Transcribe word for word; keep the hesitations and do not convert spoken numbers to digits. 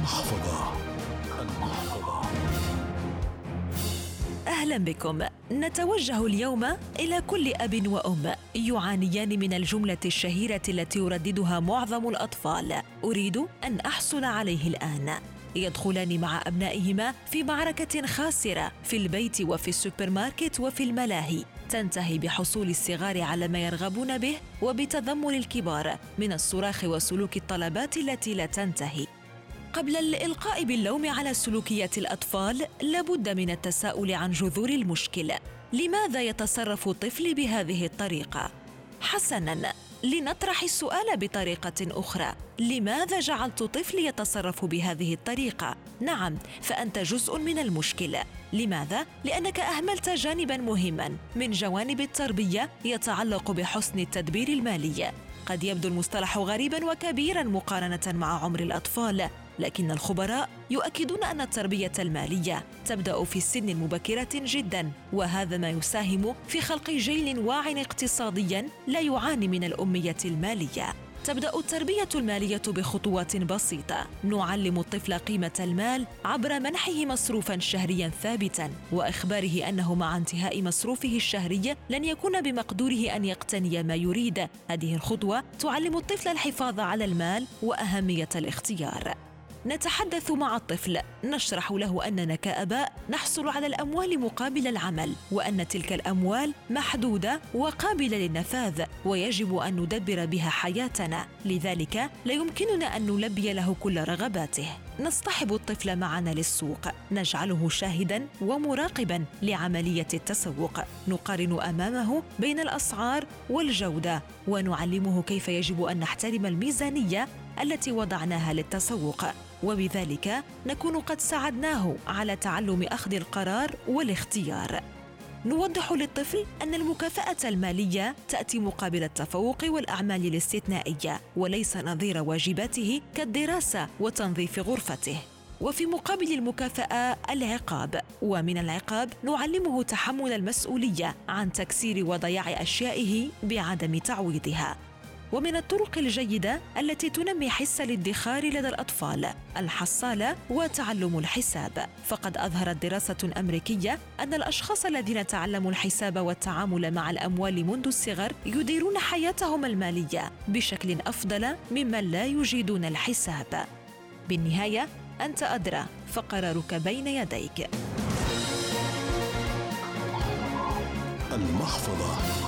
المحفظة. المحفظة. أهلا بكم. نتوجه اليوم إلى كل أب وأم يعانيان من الجملة الشهيرة التي يرددها معظم الأطفال: أريد أن أحصل عليه الآن. يدخلان مع أبنائهما في معركة خاسرة في البيت وفي السوبر ماركت وفي الملاهي، تنتهي بحصول الصغار على ما يرغبون به وبتذمر الكبار من الصراخ وسلوك الطلبات التي لا تنتهي. قبل الإلقاء باللوم على سلوكيات الأطفال، لابد من التساؤل عن جذور المشكلة. لماذا يتصرف طفلي بهذه الطريقة؟ حسناً، لنطرح السؤال بطريقة أخرى: لماذا جعلت طفلي يتصرف بهذه الطريقة؟ نعم، فأنت جزء من المشكلة. لماذا؟ لأنك أهملت جانباً مهماً من جوانب التربية يتعلق بحسن التدبير المالي. قد يبدو المصطلح غريباً وكبيراً مقارنة مع عمر الأطفال، لكن الخبراء يؤكدون أن التربية المالية تبدأ في السن المبكرة جداً، وهذا ما يساهم في خلق جيل واع اقتصادياً لا يعاني من الأمية المالية. تبدأ التربية المالية بخطوات بسيطة. نعلم الطفل قيمة المال عبر منحه مصروفاً شهرياً ثابتاً، وإخباره أنه مع انتهاء مصروفه الشهري لن يكون بمقدوره أن يقتني ما يريد. هذه الخطوة تعلم الطفل الحفاظ على المال وأهمية الاختيار. نتحدث مع الطفل، نشرح له أننا كآباء نحصل على الأموال مقابل العمل، وأن تلك الأموال محدودة وقابلة للنفاذ، ويجب أن ندبر بها حياتنا، لذلك لا يمكننا أن نلبي له كل رغباته. نصطحب الطفل معنا للسوق، نجعله شاهداً ومراقباً لعملية التسوق، نقارن أمامه بين الأسعار والجودة، ونعلمه كيف يجب أن نحترم الميزانية التي وضعناها للتسوق، وبذلك نكون قد ساعدناه على تعلم أخذ القرار والاختيار. نوضح للطفل أن المكافأة المالية تأتي مقابل التفوق والأعمال الاستثنائية، وليس نظير واجباته كالدراسة وتنظيف غرفته. وفي مقابل المكافأة العقاب، ومن العقاب نعلمه تحمل المسؤولية عن تكسير وضياع أشيائه بعدم تعويضها. ومن الطرق الجيدة التي تنمي حس الادخار لدى الأطفال الحصالة وتعلم الحساب، فقد أظهرت دراسة أمريكية أن الأشخاص الذين تعلموا الحساب والتعامل مع الأموال منذ الصغر يديرون حياتهم المالية بشكل أفضل ممن لا يجيدون الحساب. بالنهاية، أنت أدرى، فقرارك بين يديك. المحفظة.